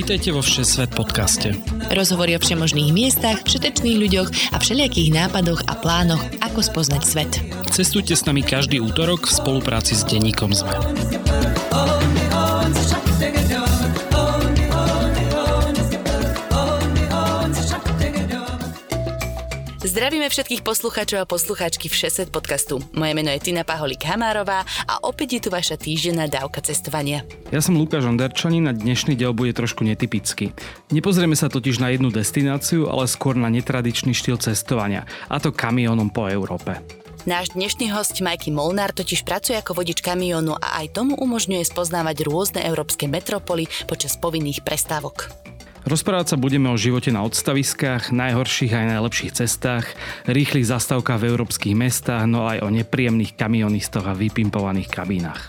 Vítajte vo Všesvet podcaste. Rozhovory o všemožných miestach, všetečných ľuďoch a všelijakých nápadoch a plánoch, ako spoznať svet. Cestujte s nami každý útorok v spolupráci s denníkom SME. Zdravíme všetkých poslucháčov a poslucháčky Všesvet podcastu. Moje meno je Tina Paholík-Hamárová a opäť je tu vaša týždenná dávka cestovania. Ja som Lukáš Onderčanin a dnešný diel bude trošku netypický. Nepozrieme sa totiž na jednu destináciu, ale skôr na netradičný štýl cestovania, a to kamiónom po Európe. Náš dnešný hosť Majky Molnár totiž pracuje ako vodič kamiónu a aj tomu umožňuje spoznávať rôzne európske metropoly počas povinných prestávok. Rozprávať sa budeme o živote na odstaviskách, najhorších aj najlepších cestách, rýchlych zastávkach v európskych mestách, no aj o nepríjemných kamionistoch a vypimpovaných kabínach.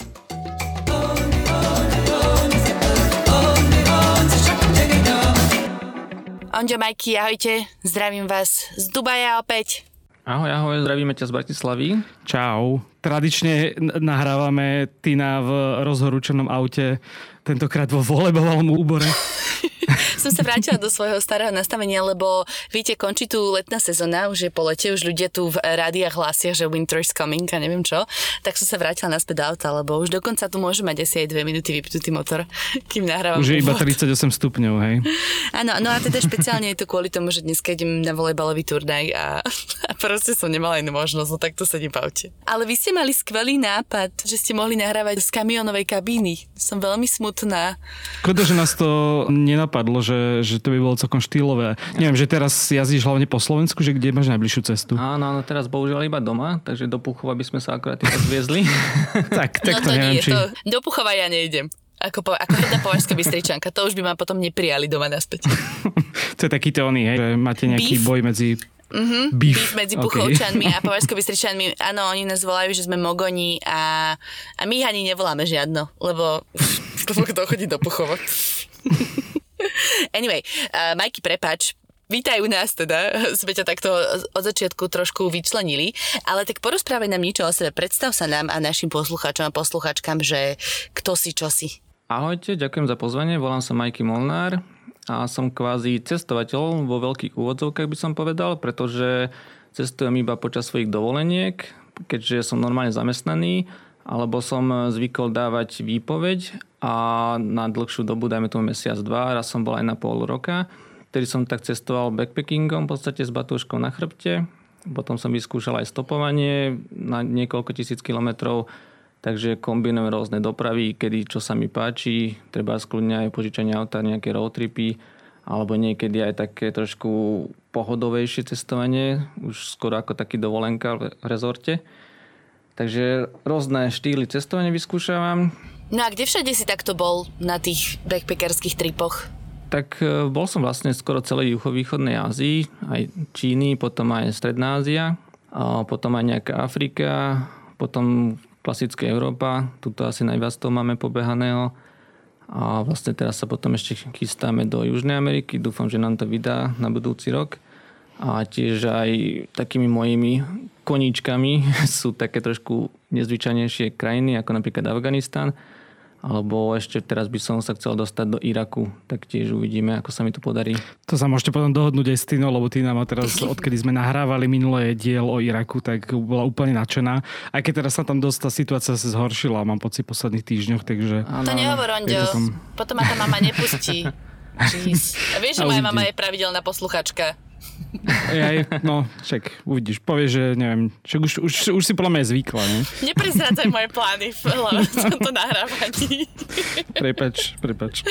Onďo, Majky, ahojte, zdravím vás z Dubaja opäť. Ahoj, zdravíme ťa z Bratislavy. Čau. Tradične nahrávame Tina v rozhorúčenom aute, tentokrát vo volejbovom úbore. Som sa vrátila do svojho starého nastavenia, lebo viete, končí tu letná sezóna, už je po lete, už ľudia tu v rádiách hlásia, že winter is coming a neviem čo. Tak som sa vrátila naspäť do auta, lebo už dokonca tu môže mať asi aj 2 minúty vypnutý motor, kým nahrávam. Už je iba 38 stupňov, hej? Áno, no a teda špeciálne je to kvôli tomu, že dneska idem na volejbalový turnaj a proste som nemala inú možnosť, no tak to sedím v aute. Ale vy ste mali skvelý nápad, že ste mohli nahrávať z kamiónovej kabíny. Som veľmi smutná. Škoda, že nás to nenapadlo, že to by bolo celkom štýlové. Neviem, že teraz jazdíš hlavne po Slovensku, že kde máš najbližšiu cestu? Áno, teraz bohužiaľ iba doma, takže do Puchova by sme sa akorát zviezli. tak no to neviem, či... Do Puchova ja nejdem. Ako jedna považská Bystričanka. To už by ma potom neprijali doma naspäť. To je taký tóny, hej? Že máte nejaký boj medzi... Beef medzi Puchovčanmi a Považsko-Bystričanmi. Áno, oni nás volajú, že sme mogoni a my ich ani nevoláme žiadno, lebo kto chodí do Puchova. Anyway, Majky, prepáč, vítaj u nás teda, sme ťa takto od začiatku trošku vyčlenili, ale tak porozprávaj nám niečo o sebe, predstav sa nám a našim poslucháčom a poslucháčkam, že kto si, čo si. Ahojte, ďakujem za pozvanie, volám sa Majky Molnár a som kvázi cestovateľ vo veľkých úvodzovkách by som povedal, pretože cestujem iba počas svojich dovoleniek, keďže som normálne zamestnaný, alebo som zvykol dávať výpoveď a na dlhšiu dobu, dajme tomu mesiac, 2, raz som bol aj na pol roka, vtedy som tak cestoval backpackingom, v podstate s batúškou na chrbte, potom som vyskúšal aj stopovanie na niekoľko tisíc kilometrov, takže kombinujem rôzne dopravy, kedy čo sa mi páči, treba skľudne aj požičanie auta, nejaké roadtripy, alebo niekedy aj také trošku pohodovejšie cestovanie, už skoro ako taký dovolenka v rezorte. Takže rôzne štýly cestovania vyskúšavam. No a kde všade si takto bol na tých backpackerských tripoch? Tak bol som vlastne skoro celej juhovýchodnej Ázii, aj Číny, potom aj Stredná Ázia, a potom aj nejaká Afrika, potom klasická Európa, tuto asi najviac toho máme pobehaného. A vlastne teraz sa potom ešte chystáme do Južnej Ameriky, dúfam, že nám to vydá na budúci rok. A tiež aj takými mojimi koníčkami sú také trošku nezvyčajnejšie krajiny, ako napríklad Afganistan. Alebo ešte teraz by som sa chcel dostať do Iraku, tak tiež uvidíme, ako sa mi to podarí. To sa môžete potom dohodnúť aj s Tinou, lebo Tina má teraz, odkedy sme nahrávali minulé diel o Iraku, tak bola úplne nadšená. Aj keď teraz sa tam dosť tá situácia sa zhoršila, mám pocit v posledných týždňoch, takže... To nehovor, Onďo, potom ma tá mama nepustí. Jeez. A vieš, že moja mama je pravidelná posluchačka. No, však uvidíš, povieš, že neviem, už si podľa mňa zvykla, ne? Neprezrádzaj moje plány v tomto nahrávaní. Prepač.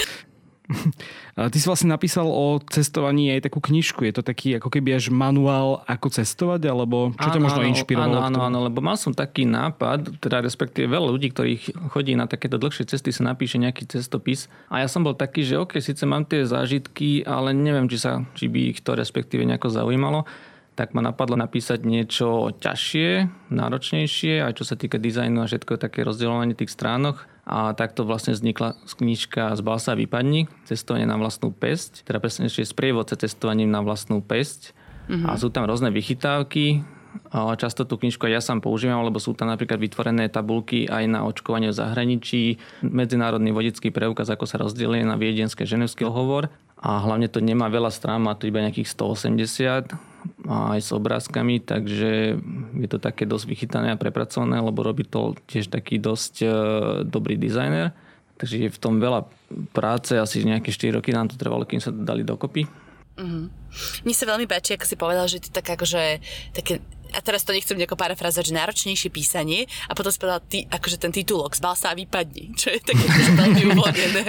Ty si vlastne napísal o cestovaní aj takú knižku. Je to taký ako keby až manuál, ako cestovať, alebo čo to možno inšpirovalo? Áno, lebo mal som taký nápad, teda respektíve veľa ľudí, ktorí chodí na takéto dlhšie cesty, sa napíše nejaký cestopis. A ja som bol taký, že síce mám tie zážitky, ale neviem, či by ich to respektíve nejako zaujímalo. Tak ma napadlo napísať niečo ťažšie, náročnejšie, aj čo sa týka dizajnu a všetko také rozdeľovanie tých stránok. A takto vlastne vznikla knižka Zbal sa a vypadni, cestovanie na vlastnú päsť, teda presne sprievodce cestovaním na vlastnú päsť. A sú tam rôzne vychytávky, Často tú knižku aj ja sám používam, lebo sú tam napríklad vytvorené tabuľky aj na očkovanie v zahraničí, medzinárodný vodický preukaz, ako sa rozdelie na viedenský ženevský dohovor. A hlavne to nemá veľa strán, má to iba nejakých 180 aj s obrázkami, takže je to také dosť vychytané a prepracované, lebo robí to tiež taký dosť dobrý dizajner. Takže je v tom veľa práce, asi nejaké 4 roky nám to trvalo, kým sa dali dokopy. Mne sa veľmi páči, ako si povedal, že to tak akože také, a teraz to nechcem nejako parafrázovať, že náročnejšie písanie a potom si povedal akože ten titulok Zbal sa a vypadni, čo je také veľmi uvoľnené.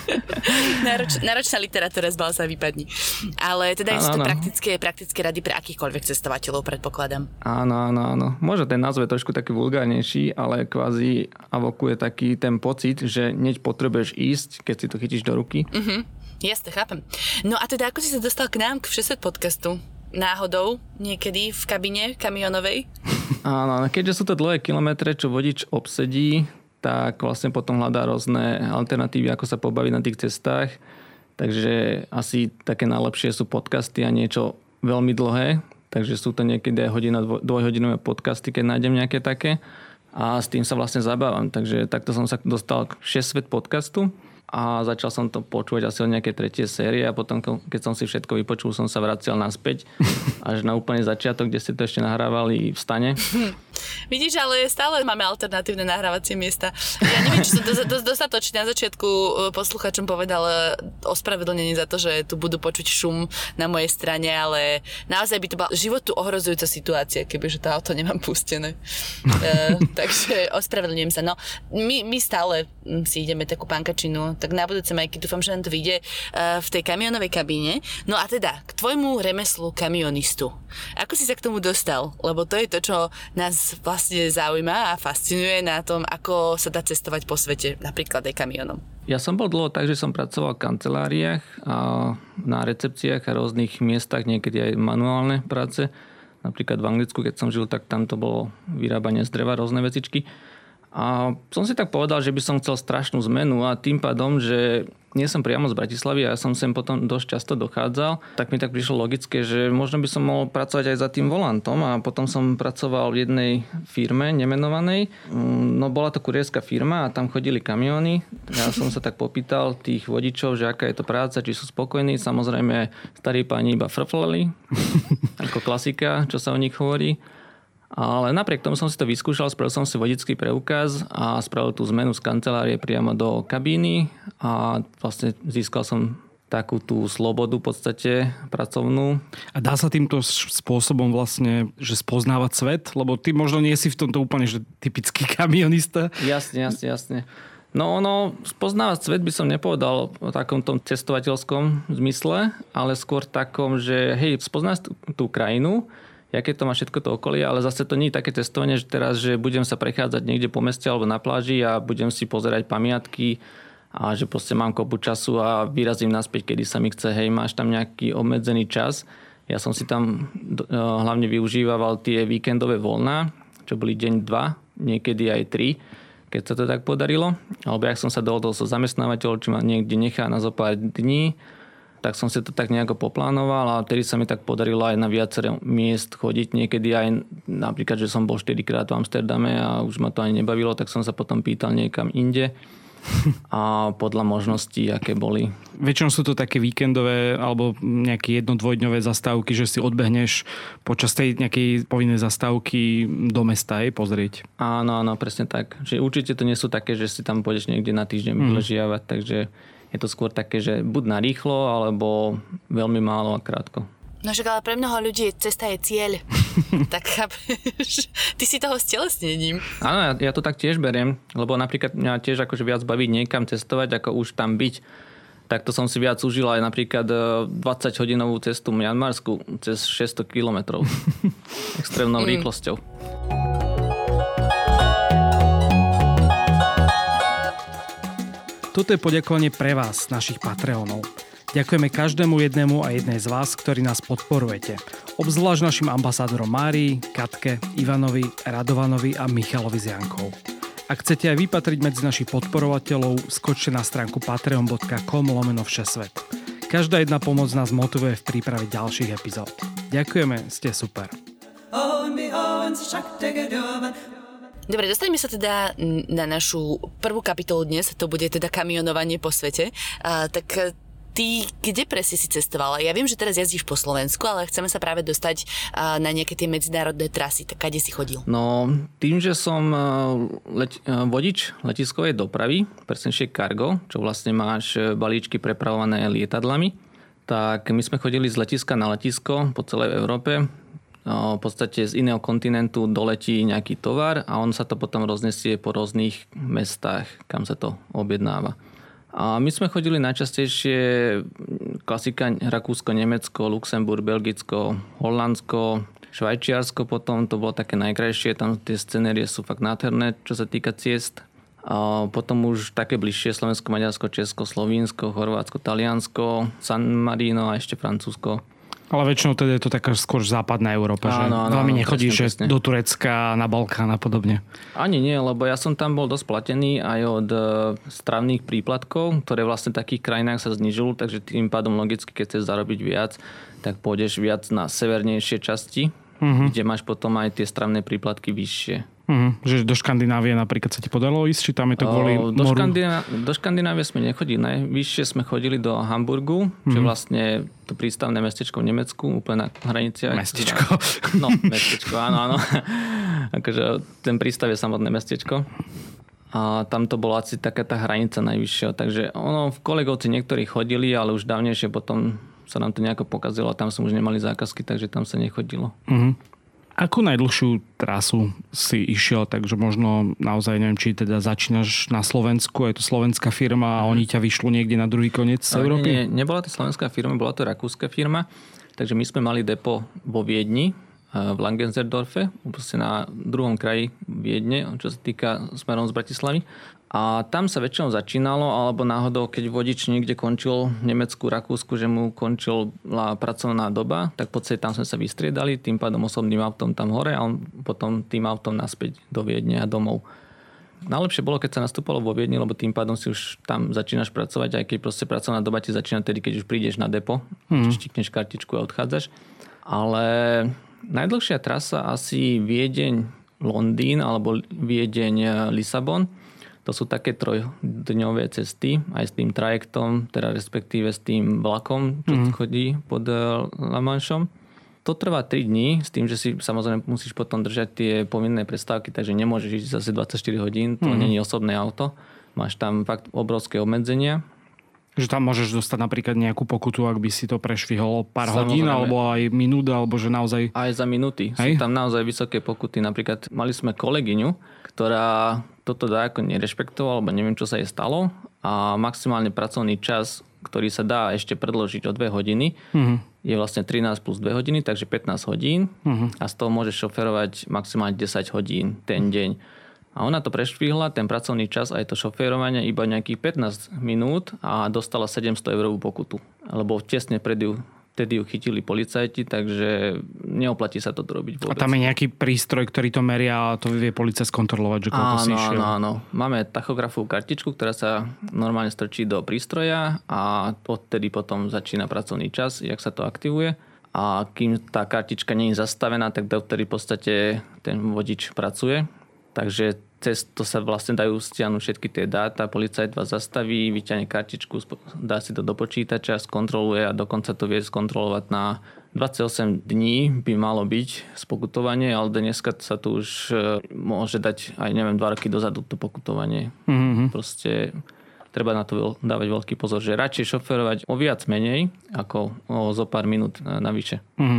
Náročná literatúra Zbal sa a vypadni. Ale teda sú to praktické rady pre akýchkoľvek cestovateľov, predpokladám. Áno. Možno ten názov je trošku taký vulgárnejší, ale kvázi avokuje taký ten pocit, že neď potrebuješ ísť, keď si to chytíš do ruky. Jasne, chápem. No a teda ako si sa dostal k nám, k Všesvet podcastu? Náhodou, niekedy v kabine kamionovej? Áno, keďže sú to dlhé kilometre, čo vodič obsedí, tak vlastne potom hľadá rôzne alternatívy, ako sa pobaviť na tých cestách. Takže asi také najlepšie sú podcasty a niečo veľmi dlhé. Takže sú to niekedy aj dvojhodinové podcasty, keď nájdem nejaké také. A s tým sa vlastne zabávam. Takže takto som sa dostal k Všesvet podcastu. A začal som to počúvať asi od nejakej 3. série a potom, keď som si všetko vypočul, som sa vracial naspäť až na úplný začiatok, kde ste to ešte nahrávali v stane. Vidíš, ale stále máme alternatívne nahrávacie miesta. Ja neviem, či som dostatočne na začiatku posluchačom povedal ospravedlnenie za to, že tu budú počuť šum na mojej strane, ale naozaj by to bola životu ohrozujúca situácia, kebyže to auto nemám pustené. Takže ospravedlňujem sa. No, my stále si ideme takú pankačinu, tak na budúce Majky, dúfam, že nám to vyjde v tej kamionovej kabíne. No a teda, k tvojmu remeslu kamionistu. Ako si sa k tomu dostal? Lebo to je to, čo nás vlastne zaujíma a fascinuje na tom, ako sa dá cestovať po svete, napríklad aj kamionom. Ja som bol dlho tak, že som pracoval v kanceláriách a na recepciách a rôznych miestach, niekedy aj manuálne práce. Napríklad v Anglicku, keď som žil, tak tam to bolo vyrábanie z dreva, rôzne vecičky. A som si tak povedal, že by som chcel strašnú zmenu a tým pádom, že nie som priamo z Bratislavy a ja som sem potom dosť často dochádzal, tak mi tak prišlo logické, že možno by som mohol pracovať aj za tým volantom a potom som pracoval v jednej firme nemenovanej. No bola to kurierská firma a tam chodili kamióny. Ja som sa tak popýtal tých vodičov, že aká je to práca, či sú spokojní. Samozrejme starí páni iba frflali, ako klasika, čo sa o nich hovorí. Ale napriek tomu som si to vyskúšal, spravil som si vodický preukaz a spravil tú zmenu z kancelárie priamo do kabíny a vlastne získal som takú tú slobodu v podstate pracovnú. A dá sa týmto spôsobom vlastne, že spoznávať svet? Lebo ty možno nie si v tomto úplne že typický kamionista. Jasne. No spoznávať svet by som nepovedal o takom tom cestovateľskom zmysle, ale skôr takom, že hej, spoznáš tú krajinu, aké to má všetko to okolie, ale zase to nie je také testovanie, že teraz, že budem sa prechádzať niekde po meste alebo na pláži a budem si pozerať pamiatky a že proste mám kopu času a vyrazím naspäť, kedy sa mi chce. Hej, máš tam nejaký obmedzený čas. Ja som si tam hlavne využíval tie víkendové voľná, čo boli deň 2, niekedy aj 3, keď sa to tak podarilo. Alebo jak som sa dohodol so zamestnávateľom, či ma niekde nechá na zo pár dní, tak som si to tak nejako poplánoval a vtedy sa mi tak podarilo aj na viacero miest chodiť. Niekedy aj napríklad, že som bol 4-krát v Amsterdame a už ma to ani nebavilo, tak som sa potom pýtal niekam inde a podľa možností, aké boli. Väčšinou sú to také víkendové alebo nejaké 1-2-dňové zastávky, že si odbehneš počas tej nejakej povinnej zastávky do mesta aj pozrieť. Áno, presne tak. Že určite to nie sú také, že si tam pôjdeš niekde na týždeň ležiavať, takže je to skôr také, že buď na rýchlo, alebo veľmi málo a krátko. No však ale pre mnoho ľudí cesta je cieľ. Tak chápeš? Ty si toho stelesnením. Áno, ja to tak tiež beriem, lebo napríklad mňa tiež akože viac baví niekam cestovať, ako už tam byť. Takto som si viac užil aj napríklad 20-hodinovú cestu v Mianmarsku cez 600 kilometrov. Extrémnou rýchlosťou. Toto je poďakovanie pre vás, našich Patreonov. Ďakujeme každému jednému a jednej z vás, ktorí nás podporujete. Obzvlášť našim ambasádorom Márii, Katke, Ivanovi, Radovanovi a Michalovi z Jankou. Ak chcete aj vypatriť medzi našich podporovateľov, skočte na stránku patreon.com/všesvet. Každá jedna pomoc nás motivuje v príprave ďalších epizód. Ďakujeme, ste super. Dobre, dostaňme sa teda na našu prvú kapitolu dnes, to bude teda kamionovanie po svete. Tak ty kde presne si cestovala? Ja viem, že teraz jazdíš po Slovensku, ale chceme sa práve dostať na nejaké tie medzinárodné trasy. Tak kde si chodil? No, tým, že som vodič letiskovej dopravy, presnejšie cargo, čo vlastne máš balíčky prepravované lietadlami, tak my sme chodili z letiska na letisko po celej Európe. V podstate z iného kontinentu doletí nejaký tovar a on sa to potom roznesie po rôznych mestách, kam sa to objednáva. A my sme chodili najčastejšie klasika Rakúsko, Nemecko, Luxemburg, Belgicko, Holandsko, Švajčiarsko potom, to bolo také najkrajšie, tam tie scenérie sú fakt nádherné, čo sa týka ciest. A potom už také bližšie Slovensko, Maďarsko, Česko, Slovinsko, Chorvátsko, Taliansko, San Marino a ešte Francúzsko. Ale väčšinou teda je to taká skôr západná Európa, že veľmi nechodí, že do Turecka, na Balkán a podobne. Ani nie, lebo ja som tam bol dosť platený aj od stravných príplatkov, ktoré vlastne v takých krajinách sa znižujú, takže tým pádom logicky, keď chceš zarobiť viac, tak pôjdeš viac na severnejšie časti, kde máš potom aj tie stravné príplatky vyššie. Že do Škandinávie napríklad sa ti podalo ísť, či tam je to kvôli moru? Do Škandinávie sme nechodili. Najvyššie sme chodili do Hamburgu, čo je vlastne to prístavné mestečko v Nemecku, úplne na hraniciach. Mestečko. No, mestečko, áno. Akože ten prístav je samotné mestečko. A tam to bola asi taká tá hranica najvyššia. Takže v kolegovci niektorí chodili, ale už dávnejšie potom sa nám to nejako pokazilo a tam som už nemali zákazky, takže tam sa nechodilo. Akú najdlhšiu trasu si išiel, takže možno naozaj neviem, či teda začínaš na Slovensku, je to slovenská firma a oni ťa vyšľú niekde na druhý koniec Európy? Nie, nebola to slovenská firma, bola to rakúska firma, takže my sme mali depo vo Viedni, v Langenserdorfe, na druhom kraji Viedne, čo sa týka smerom z Bratislavy. A tam sa väčšinou začínalo, alebo náhodou, keď vodič niekde končil v Nemecku, Rakúsku, že mu končila pracovná doba, tak v podstate tam sme sa vystriedali, tým pádom osobným autom tam hore a on potom tým autom naspäť do Viedne a domov. Najlepšie bolo, keď sa nastúpalo vo Viedni, lebo tým pádom si už tam začínaš pracovať, aj keď proste pracovná doba ti začína tedy, keď už prídeš na depo, štikneš kartičku a odchádzaš. Ale najdlhšia trasa asi Viedeň-Londýn alebo Viedeň-Lisabon. To sú také trojdňové cesty, aj s tým trajektom, teda respektíve s tým vlakom, čo chodí pod La Manchom. To trvá 3 dní, s tým, že si samozrejme musíš potom držať tie povinné prestávky, takže nemôžeš ísť zase 24 hodín, to nie je osobné auto. Máš tam fakt obrovské obmedzenia. Že tam môžeš dostať napríklad nejakú pokutu, ak by si to prešvihol pár hodín, alebo aj minút, alebo že naozaj... Aj za minúty. Sú tam naozaj vysoké pokuty. Napríklad mali sme kolegyňu, ktorá toto ako nerešpektovala, alebo neviem, čo sa jej stalo. A maximálne pracovný čas, ktorý sa dá ešte predložiť o 2 hodiny, je vlastne 13 plus 2 hodiny, takže 15 hodín. A z toho môžeš šoferovať maximálne 10 hodín ten deň. A ona to prešvihla, ten pracovný čas aj to šoférovanie iba nejakých 15 minút a dostala 700 eurovú pokutu. Lebo tesne vtedy ju chytili policajti, takže neoplatí sa to robiť vôbec. A tam je nejaký prístroj, ktorý to meria a to vie policia skontrolovať, že koľko si išiel. Áno. Máme tachografovú kartičku, ktorá sa normálne strčí do prístroja a odtedy potom začína pracovný čas, jak sa to aktivuje. A kým tá kartička nie je zastavená, tak dovtedy v podstate ten vodič pracuje. Takže cez to sa vlastne dajú stiahnuť všetky tie dáta, policajt vás zastaví, vyťahne kartičku, dá si to do počítača, skontroluje a dokonca to vie skontrolovať na 28 dní by malo byť spokutovanie, ale dneska sa tu už môže dať aj 2 roky dozadu to pokutovanie. Proste treba na to dávať veľký pozor, že radšej šoferovať o viac menej ako o zo pár minút navyše.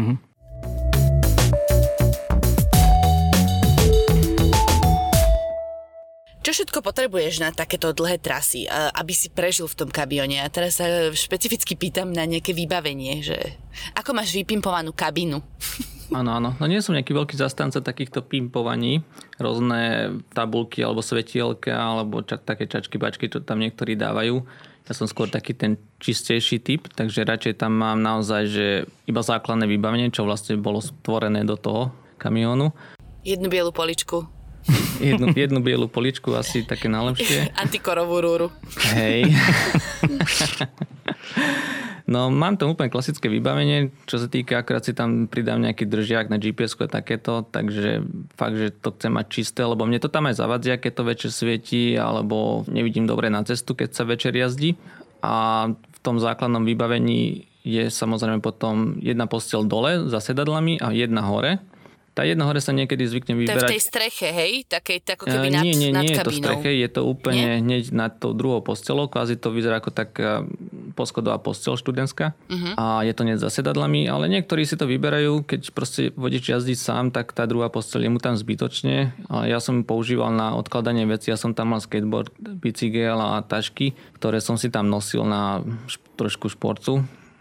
Čo všetko potrebuješ na takéto dlhé trasy, aby si prežil v tom kamióne? A teraz sa špecificky pýtam na nejaké vybavenie, že ako máš vypimpovanú kabínu? Áno. No nie som nejaký veľký zastanca takýchto pimpovaní. Rôzne tabulky alebo svetielka alebo také čačky, bačky, čo tam niektorí dávajú. Ja som skôr taký ten čistejší typ, takže radšej tam mám naozaj, že iba základné vybavenie, čo vlastne bolo stvorené do toho kamiónu. Jednu bielu poličku. Jednu bielu poličku, asi také najlepšie. Antikorovú rúru. Hej. No mám tam úplne klasické vybavenie, čo sa týka, akorát si tam pridám nejaký držiak na GPS-ku a takéto, takže fakt, že to chcem mať čisté, lebo mne to tam aj zavadzia, keď to večer svieti, alebo nevidím dobre na cestu, keď sa večer jazdí. A v tom základnom vybavení je samozrejme potom jedna posteľ dole za sedadlami a jedna hore. Tá jedna hore sa niekedy zvykne vyberať. To je v tej streche, hej? Takej, ako keby nad kabinou. Nie je to v streche, je to úplne hneď nad tou druhou postelou. Kvázi to vyzerá ako taká poschodová posteľ študentská. A je to hneď za sedadlami, ale niektorí si to vyberajú, keď proste vodič jazdí sám, tak tá druhá posteľ je mu tam zbytočne. A ja som používal na odkladanie vecí, ja som tam mal skateboard, bicykel a tašky, ktoré som si tam nosil na trošku športu.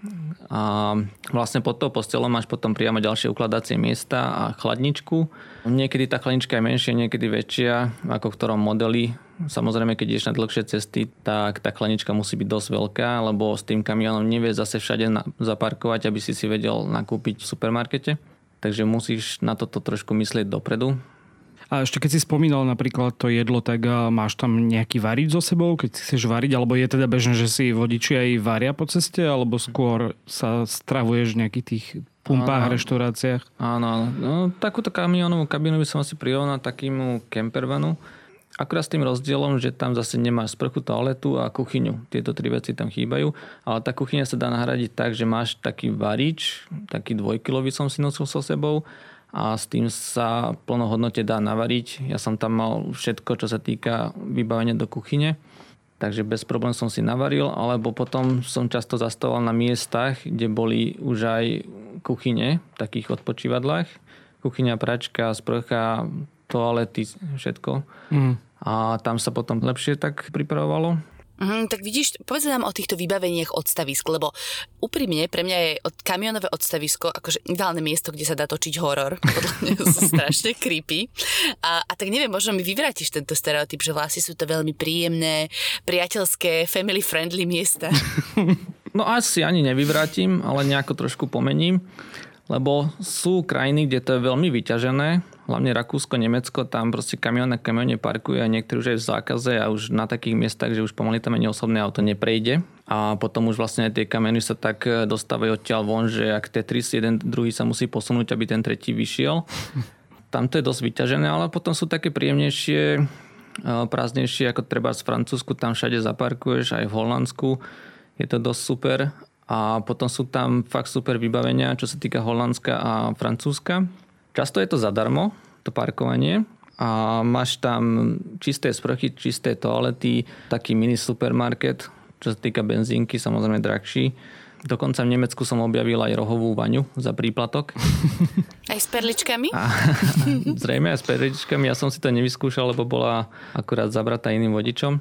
A vlastne pod tou postelou máš potom priamo ďalšie ukladacie miesta a chladničku. Niekedy tá chladnička je menšia, niekedy väčšia, ako v ktorom modeli. Samozrejme, keď ideš na dlhšie cesty, tak tá chladnička musí byť dosť veľká, lebo s tým kamionom nevieš zase všade zaparkovať, aby si vedel nakúpiť v supermarkete. Takže musíš na toto trošku myslieť dopredu. A ešte keď si spomínal napríklad to jedlo, tak máš tam nejaký varič so sebou, keď si chceš variť, alebo je teda bežné, že si vodiči aj varia po ceste, alebo skôr sa stravuješ v nejakých tých pumpách, reštauráciách? Áno. No, takúto kamionovú kabínu by som asi prirovnal takému campervanu. Akurát s tým rozdielom, že tam zase nemáš sprchu, toaletu a kuchyňu. Tieto tri veci tam chýbajú. Ale tá kuchyňa sa dá nahradiť tak, že máš taký varič, taký 2-kilový som si nosil so sebou, a s tým sa plnohodnote dá navariť. Ja som tam mal všetko, čo sa týka vybavenia do kuchyne, takže bez problém som si navaril, alebo potom som často zastával na miestach, kde boli už aj kuchyne, v takých odpočívadlách. Kuchyňa, pračka, sprcha, toalety, všetko. A tam sa potom lepšie tak pripravovalo. Tak vidíš, povedz nám o týchto vybaveniach odstavisk, lebo úprimne pre mňa je kamionové odstavisko akože ideálne miesto, kde sa dá točiť horor. Podľa mňa sú strašne creepy. A tak neviem, možno mi vyvrátiš tento stereotyp, že vlastne sú to veľmi príjemné, priateľské, family friendly miesta. No asi ani nevyvrátim, ale nejako trošku pomením. Lebo sú krajiny, kde to je veľmi vyťažené, hlavne Rakúsko, Nemecko, tam proste kamión na kamióne parkuje a niektorí už aj v zákaze a už na takých miestach, že už pomaly tam ani osobné auto neprejde. A potom už vlastne tie kamiony sa tak dostávajú odtiaľ von, že ak Tetris jeden druhý sa musí posunúť, aby ten tretí vyšiel. Tam to je dosť vyťažené, ale potom sú také príjemnejšie, prázdnejšie, ako treba z Francúzsku, tam všade zaparkuješ, aj v Holandsku. Je to dosť super. A potom sú tam fakt super vybavenia, čo sa týka Holandska a Francúzska. Často je to zadarmo, to parkovanie. A máš tam čisté sprchy, čisté toalety, taký mini supermarket, čo sa týka benzínky, samozrejme drahší. Dokonca v Nemecku som objavil aj rohovú vaňu za príplatok. Aj s perličkami? Zrejme aj s perličkami. Ja som si to nevyskúšal, lebo bola akurát zabratá iným vodičom.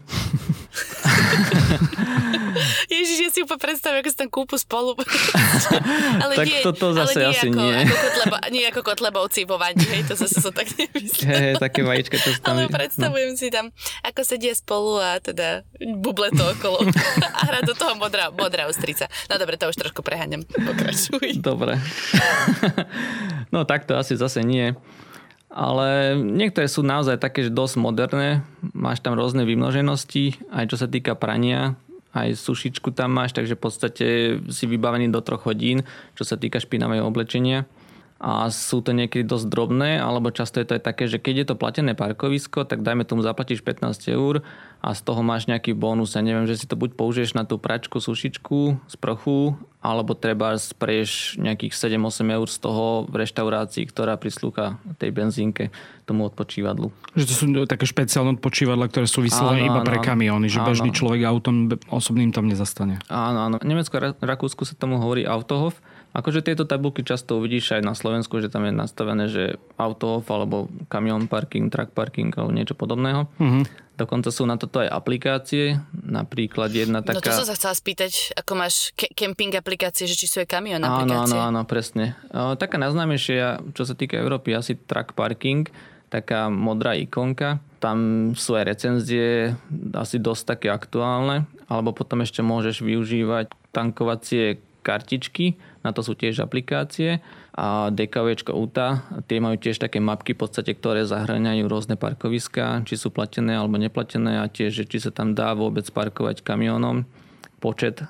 Ježiš, ja si úplne predstavím, ako sa tam kúpu spolu. Ale tak nie, toto zase ale nie asi ako, nie. Nie ako Kotlebovci vo vani, hej, to zase som tak nemyslel. Také vajíčka, čo tam... Ale predstavujem si tam, ako sedia spolu a teda buble to okolo a hrá do toho modrá ostrica. No dobre, to už trošku preháňam. Pokračuj. Dobre. No tak to asi zase nie. Ale niektoré sú naozaj také, že dosť moderné. Máš tam rôzne vymnoženosti, aj čo sa týka prania. Aj sušičku tam máš, takže v podstate si vybavený do 3 hodín, čo sa týka špinavého oblečenia. A sú to niekedy dosť drobné, alebo často je to aj také, že keď je to platené parkovisko, tak dajme tomu zaplatíš 15 € a z toho máš nejaký bonus. Ja neviem, že si to buď použiješ na tú pračku, sušičku, sprchu, alebo treba spreješ nejakých 7-8 € z toho v reštaurácii, ktorá prislúcha tej benzínke, tomu odpočívadlu. Že to sú také špeciálne odpočívadla, ktoré sú vyslovené iba pre kamióny, že bežný človek autom osobným tam nezastane. Áno. V Nemecku a Rakúsku sa tomu hovorí Autohof. Akože tieto tabulky často uvidíš aj na Slovensku, že tam je nastavené, že Autohof alebo kamión parking, truck parking alebo niečo podobného. Dokonca sú na toto aj aplikácie. Napríklad jedna taká... No to som sa chcela spýtať, ako máš camping aplikácie, že či sú aj kamión aplikácie. Áno, presne. Taká najznámejšia, čo sa týka Európy, asi truck parking, taká modrá ikonka. Tam sú aj recenzie, asi dosť také aktuálne. Alebo potom ešte môžeš využívať tankovacie kartičky, na to sú tiež aplikácie a DKVčko UTA, tie majú tiež také mapky v podstate, ktoré zahŕňajú rôzne parkoviská, či sú platené alebo neplatené a tiež, či sa tam dá vôbec parkovať kamiónom, počet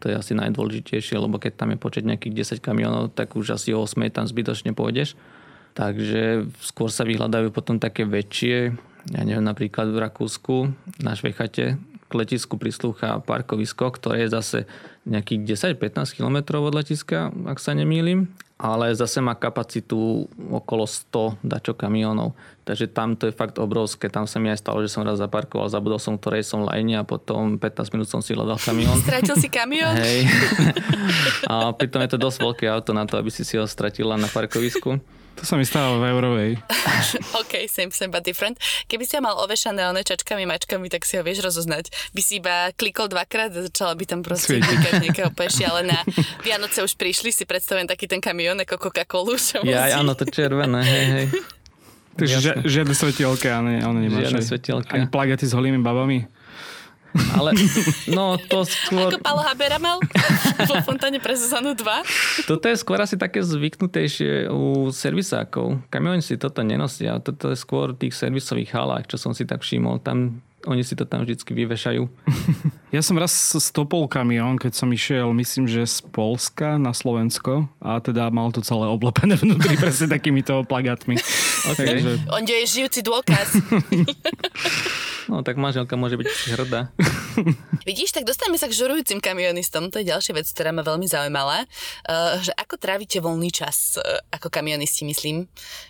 To je asi najdôležitejšie, lebo keď tam je počet nejakých 10 kamionov, tak už asi o 8 tam zbytočne pôjdeš. Takže skôr sa vyhľadajú potom také väčšie, ja neviem, napríklad v Rakúsku na Švechate k letisku prislúcha parkovisko, ktoré je zase nejakých 10-15 km od letiska, ak sa nemýlim, ale zase má kapacitu okolo 100 dačo kamionov. Takže tam to je fakt obrovské. Tam sa mi aj stalo, že som raz zaparkoval, zabudol som, ktorej som line a potom 15 minút som si hľadal kamión. Stratil si kamión? Hej. A pritom je to dosť veľké auto na to, aby si ho stratila na parkovisku. To sa mi stalo v Eurovej. OK, same but different. Keby si ho mal ovešané čačkami, mačkami, tak si ho vieš rozoznať. By si iba klikol dvakrát a začala by tam proste klikať nejakého peši, ale na Vianoce už prišli, si predstavujem taký ten kamión ako Coca-Colu. Ja, áno, to červené, hej. Takže žiadne svetielke, ale nemáš. Žiadne svetielke. Ani plagáty s holými babami. Ale, no to skôr... Ako Pálo Habera mal vo Fontáne pre sezónu 2. Toto je skôr asi také zvyknutejšie u servisákov. Kamioni si toto nenosia. Toto je skôr v tých servisových halách, čo som si tak všimol. Tam, oni si to tam vždycky vyvešajú. Ja som raz stopol kamión, keď som išiel, myslím, že z Poľska na Slovensko a teda mal to celé oblepené vnútri presne takýmito plagátmi. Okay. Takže... On je žijúci dôkaz. No tak manželka môže byť hrdá. Vidíš, tak dostaneme sa k žurujúcim kamionistom. To je ďalšia vec, ktorá ma veľmi zaujímala. Že ako trávite voľný čas, ako kamionisti, myslím,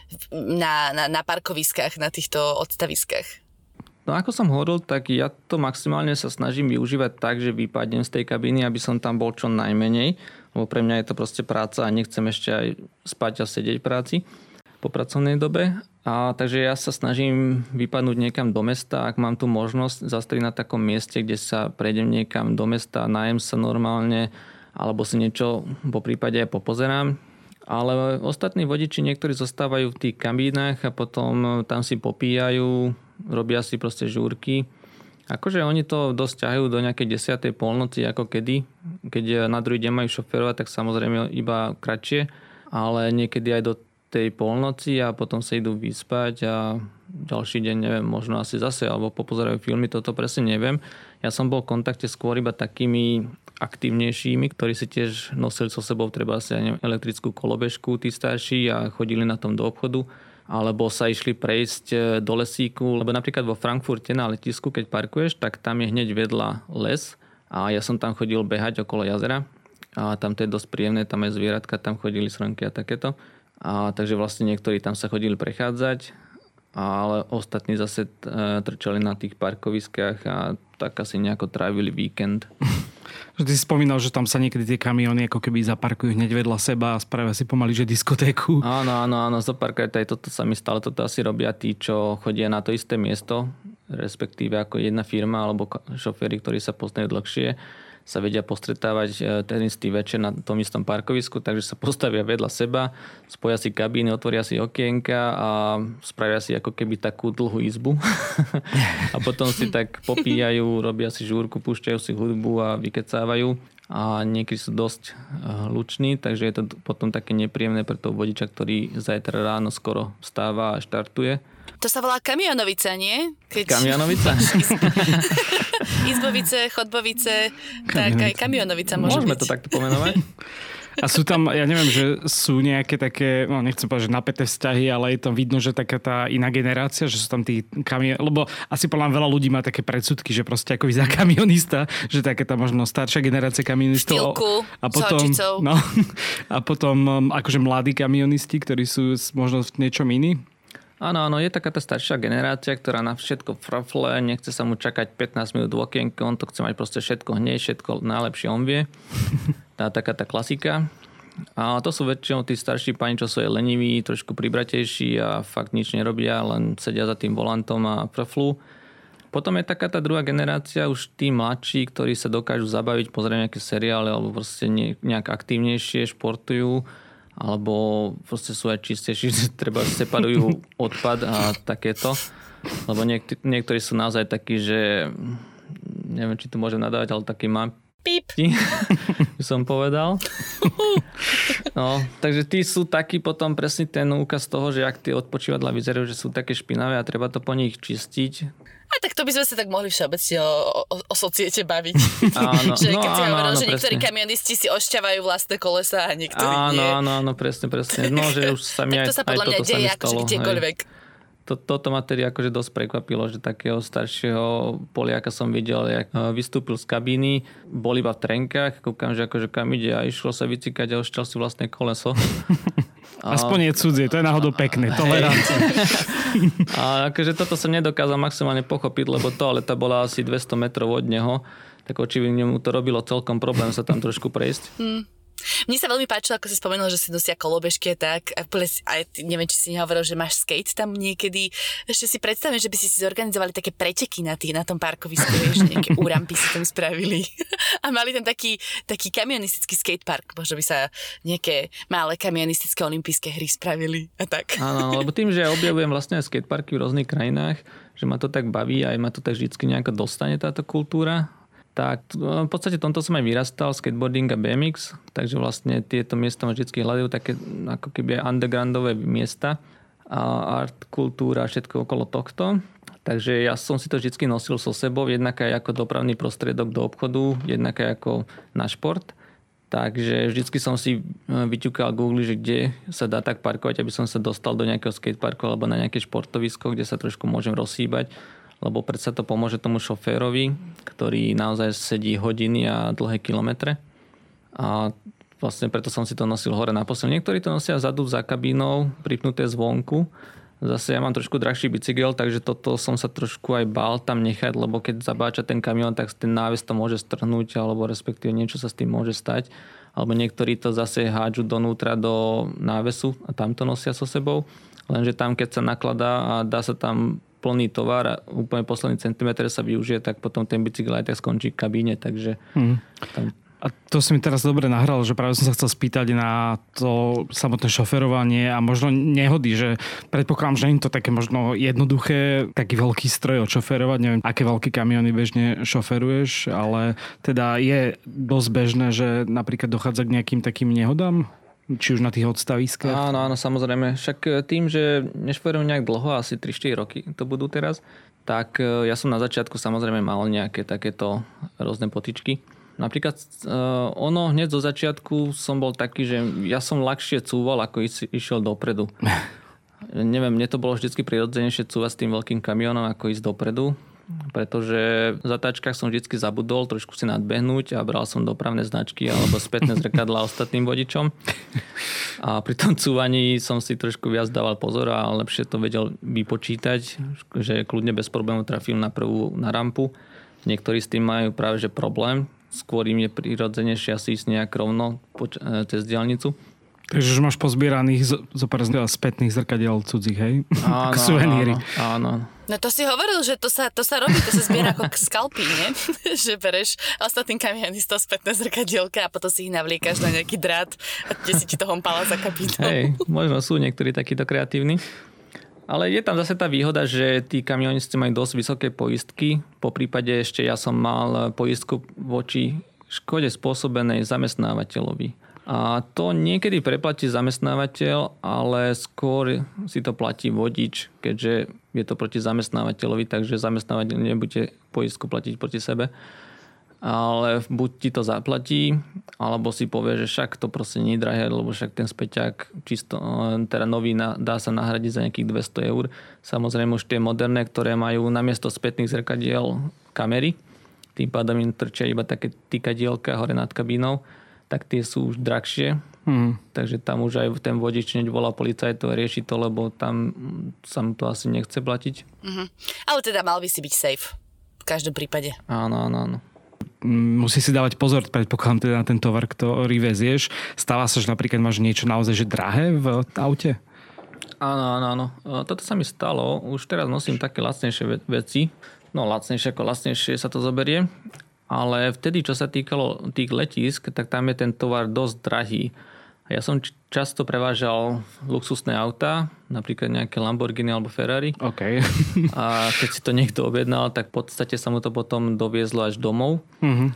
na parkoviskách, na týchto odstaviskách? No ako som hovoril, tak ja to maximálne sa snažím využívať tak, že vypadnem z tej kabíny, aby som tam bol čo najmenej, lebo pre mňa je to proste práca a nechcem ešte aj spať a sedieť v práci po pracovnej dobe. Takže ja sa snažím vypadnúť niekam do mesta, ak mám tu možnosť zastaviť na takom mieste, kde sa prejdem niekam do mesta, najem sa normálne, alebo si niečo po prípade aj popozerám. Ale ostatní vodiči niektorí zostávajú v tých kabínach a potom tam si popíjajú, robia si proste žúrky. Akože oni to dosť ťahajú do nejakej 10. polnoci ako kedy. Keď na druhý deň majú šoférovať, tak samozrejme iba kratšie, ale niekedy aj do tej polnoci a potom sa idú vyspať a ďalší deň, neviem, možno asi zase, alebo popozerajú filmy, toto presne neviem. Ja som bol v kontakte skôr iba takými aktívnejšími, ktorí si tiež nosili so sebou treba asi aj elektrickú kolobežku, tí starší a chodili na tom do obchodu, alebo sa išli prejsť do lesíku, lebo napríklad vo Frankfurte na letisku, keď parkuješ, tak tam je hneď vedľa les a ja som tam chodil behať okolo jazera a tam to je dosť príjemné, tam aj zvieratka, tam chodili srnky a takéto. Takže vlastne niektorí tam sa chodili prechádzať, ale ostatní zase trčali na tých parkoviskách a tak asi nejako trávili víkend. Ty si spomínal, že tam sa niekedy tie kamióny ako keby zaparkujú hneď vedľa seba a spravia si pomaly, že diskotéku. Áno, zaparkovať aj toto sa mi stalo, toto asi robia tí, čo chodia na to isté miesto, respektíve ako jedna firma alebo šoféri, ktorí sa poznajú dlhšie, sa vedia postretávať ten istý večer na tom istom parkovisku, takže sa postavia vedľa seba, spoja si kabíny, otvoria si okienka a spravia si ako keby takú dlhú izbu. A potom si tak popíjajú, robia si žúrku, púšťajú si hudbu a vykecávajú. A niekedy sú dosť hluční, takže je to potom také nepríjemné pre toho vodiča, ktorý zajtra ráno skoro vstáva a štartuje. To sa volá kamionovica, nie? Kamionovica? Izbovice, chodbovice, tak aj kamionovica môže Môžeme byť. to takto pomenovať. A sú tam, ja neviem, že sú nejaké také, no nechcem povedať, že napäté vzťahy, ale je tam vidno, že taká tá iná generácia, že sú tam tí kamioni, lebo asi podľa veľa ľudí má také predsudky, že proste ako vyzerá kamionista, že taká tá možno staršia generácia kamionistov. Štýlku, a potom akože mladí kamionisti, ktorí sú možno v niečom iní. Áno, je taká tá staršia generácia, ktorá na všetko frafle, nechce sa mu čakať 15 minút v okienke, on to chce mať proste všetko hneď, všetko najlepšie on vie. Taká tá klasika. A to sú väčšinou tí starší páni, čo sú aj leniví, trošku pribratejší a fakt nič nerobia, len sedia za tým volantom a frflú. Potom je taká tá druhá generácia, už tí mladší, ktorí sa dokážu zabaviť, pozrieť nejaké seriály alebo proste nejak aktívnejšie športujú, alebo proste sú aj čistejší, že treba separujú odpad a takéto. Lebo niektorí sú naozaj takí, že neviem, či to môžem nadávať, ale taký mám Píp. by som povedal. No, takže tí sú takí potom presne ten úkaz toho, že ak tie odpočívadlá vyzerajú, že sú také špinavé a treba to po nich čistiť. A tak to by sme sa tak mohli všeobecne o societe baviť. Áno, že keď si hovoril, áno, že niektorí presne. kamionisti si ošťavajú vlastné kolesa a niektorí nie. Áno, presne. No, že už sa mi tak aj, to sa podľa aj mňa toto deje sa mi akože stalo. kdekoľvek. Toto ma tedy akože dosť prekvapilo, že takého staršieho Poliaka som videl, jak vystúpil z kabíny, bol iba v trenkách, kúkam, že akože kam ide a išlo sa vycikať a ošťal si vlastné koleso. Aspoň je cudzie, to je náhodou pekné, tolerancie. A akože toto som nedokázal maximálne pochopiť, lebo toaleta bola asi 200 metrov od neho, tak očividne mu to robilo celkom problém sa tam trošku prejsť. Mne sa veľmi páčilo, ako si spomenul, že si nosia kolobežky a tak. A neviem, či si nehovoril, že máš skate tam niekedy. Ešte si predstavím, že by si zorganizovali také preteky na tom parkovisku, že nejaké úrampy si tam spravili. A mali tam taký kamionistický skatepark. Možno by sa nejaké malé kamionistické olympijské hry spravili a tak. Áno, lebo tým, že ja objavujem vlastne aj skateparky v rôznych krajinách, že ma to tak baví a aj ma to tak vždycky nejako dostane táto kultúra, tak v podstate tomto som aj vyrastal, skateboarding a BMX, takže vlastne tieto miesta ma vždy hľadajú také ako keby undergroundové miesta a art, kultúra a všetko okolo tohto. Takže ja som si to vždy nosil so sebou, jednak aj ako dopravný prostriedok do obchodu, jednak aj ako na šport. Takže vždycky som si vyťukal Google, že kde sa dá tak parkovať, aby som sa dostal do nejakého skateparku alebo na nejaké športovisko, kde sa trošku môžem rozhýbať. Lebo predsa to pomôže tomu šoférovi, ktorý naozaj sedí hodiny a dlhé kilometre. A vlastne preto som si to nosil hore na posel. Niektorí to nosia vzadu za kabínou, pripnuté zvonku. Zase ja mám trošku drahší bicykel, takže toto som sa trošku aj bál tam nechať, lebo keď zabáča ten kamión, tak ten náves to môže strhnúť, alebo respektíve niečo sa s tým môže stať. Alebo niektorí to zase hádžu donútra do návesu a tam to nosia so sebou. Lenže tam, keď sa nakladá a dá sa tam plný tovar a úplne posledný centimetr sa využije, tak potom ten bicykel aj tak skončí v kabíne, takže tam... A to si mi teraz dobre nahral, že práve som sa chcel spýtať na to samotné šoferovanie a možno nehody, že predpokladám, že nie je to také možno jednoduché, taký veľký stroj odšoferovať, neviem, aké veľké kamiony bežne šoferuješ, ale teda je dosť bežné, že napríklad dochádza k nejakým takým nehodám? Či už na tých odstaviskách? Áno, samozrejme. Však tým, že nešoferujem nejak dlho, asi 3-4 roky to budú teraz, tak ja som na začiatku samozrejme mal nejaké takéto rôzne potičky. Napríklad hneď zo začiatku som bol taký, že ja som ľahšie cúval, ako išiel dopredu. Neviem, mne to bolo vždycky prirodzenejšie cúvať s tým veľkým kamionom, ako ísť dopredu. Pretože v zatáčkach som vždycky zabudol trošku si nadbehnúť a bral som dopravné značky alebo spätné zrkadlá ostatným vodičom. A pri tom cúvaní som si trošku viac dával pozor a lepšie to vedel vypočítať, že kľudne bez problémov trafil na rampu. Niektorí s tým majú práve že problém. Skôr im je prirodzenejšie asi ísť nejak rovno cez diaľnicu. Takže už máš pozbieraných zo pár spätných zrkadiel cudzích, hej? Áno, suveníry. Áno. No to si hovoril, že to sa robí, to sa zbiera ako skalpy, nie? Že bereš ostatným kamionistom spätné zrkadielka a potom si ich navliekaš na nejaký drát a kde si ti to hompala za kabínou. Hej, možno sú niektorí takíto kreatívni. Ale je tam zase tá výhoda, že tí kamionisti majú dosť vysoké poistky. Po prípade ešte ja som mal poistku voči škode spôsobenej zamestnávateľovi. A to niekedy preplatí zamestnávateľ, ale skôr si to platí vodič, keďže je to proti zamestnávateľovi, takže zamestnávateľ nebude poistku platiť proti sebe. Ale buď ti to zaplatí, alebo si povie, že však to proste nie je drahé, lebo však ten späťák čisto, teda nový dá sa nahradiť za nejakých 200 eur. Samozrejme už tie moderné, ktoré majú namiesto spätných zrkadiel kamery, tým pádom im trčia iba také tykadielka hore nad kabínou, tak tie sú už drahšie. Takže tam už aj ten vodič volá policajtov a rieši to, lebo tam sa mu to asi nechce platiť. Ale teda mal by si byť safe v každom prípade. Áno. Musí si dávať pozor, predpokladám teda na ten tovar, ktorý vezieš. Stáva sa, že napríklad máš niečo naozaj že drahé v aute? Áno. Toto sa mi stalo. Už teraz nosím také lacnejšie veci. No lacnejšie sa to zoberie. Ale vtedy, čo sa týkalo tých letísk, tak tam je ten tovar dosť drahý. A ja som často prevážal luxusné autá, napríklad nejaké Lamborghini alebo Ferrari. Okay. A keď si to niekto objednal, tak v podstate sa mu to potom doviezlo až domov.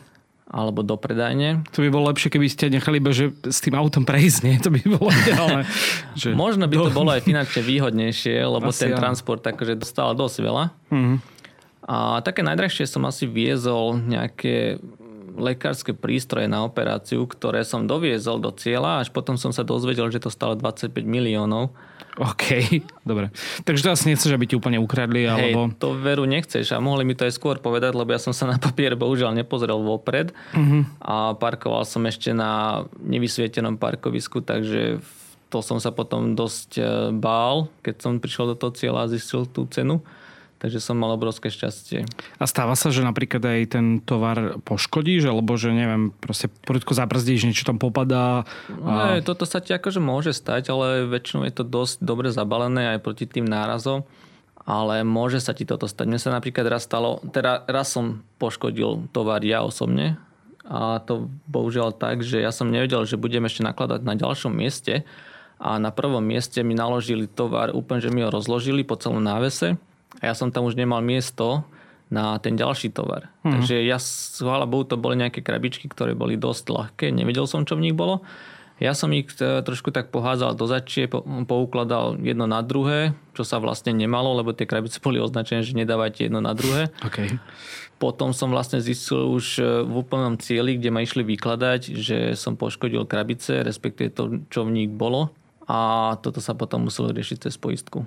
alebo do predajne. To by bolo lepšie, keby ste nechali iba, že s tým autom prejsť, nie? To by bolo ideálne. Možno by to bolo aj finančne výhodnejšie, lebo Asi ten áno. transport takže dostal dosť veľa. A také najdrahšie som asi viezol nejaké lekárske prístroje na operáciu, ktoré som doviezol do cieľa, až potom som sa dozvedel, že to stalo 25 miliónov. OK, dobre. Takže to asi nechceš, aby ti úplne ukradli, alebo... Hej, to veru nechceš a mohli mi to aj skôr povedať, lebo ja som sa na papier bohužiaľ nepozrel vopred a parkoval som ešte na nevysvietenom parkovisku, takže to som sa potom dosť bál, keď som prišiel do toho cieľa a zistil tú cenu. Takže som mal obrovské šťastie. A stáva sa, že napríklad aj ten tovar poškodíš, alebo že neviem, proste prudko zabrzdíš, niečo tam popadá? No, toto sa ti akože môže stať, ale väčšinou je to dosť dobre zabalené aj proti tým nárazom. Ale môže sa ti toto stať. Mne sa napríklad raz stalo, teda raz som poškodil tovar ja osobne. A to bohužiaľ tak, že ja som nevedel, že budem ešte nakladať na ďalšom mieste. A na prvom mieste mi naložili tovar, úplne, že mi ho rozložili po celom návese. A ja som tam už nemal miesto na ten ďalší tovar. Takže ja, chvála Bohu, to boli nejaké krabičky, ktoré boli dosť ľahké. Nevedel som, čo v nich bolo. Ja som ich trošku tak pohádzal do začie, poukladal jedno na druhé, čo sa vlastne nemalo, lebo tie krabice boli označené, že nedávajte jedno na druhé. Okay. Potom som vlastne zistil už v úplnom cieli, kde ma išli vykladať, že som poškodil krabice, respektíve to, čo v nich bolo. A toto sa potom muselo riešiť cez poistku.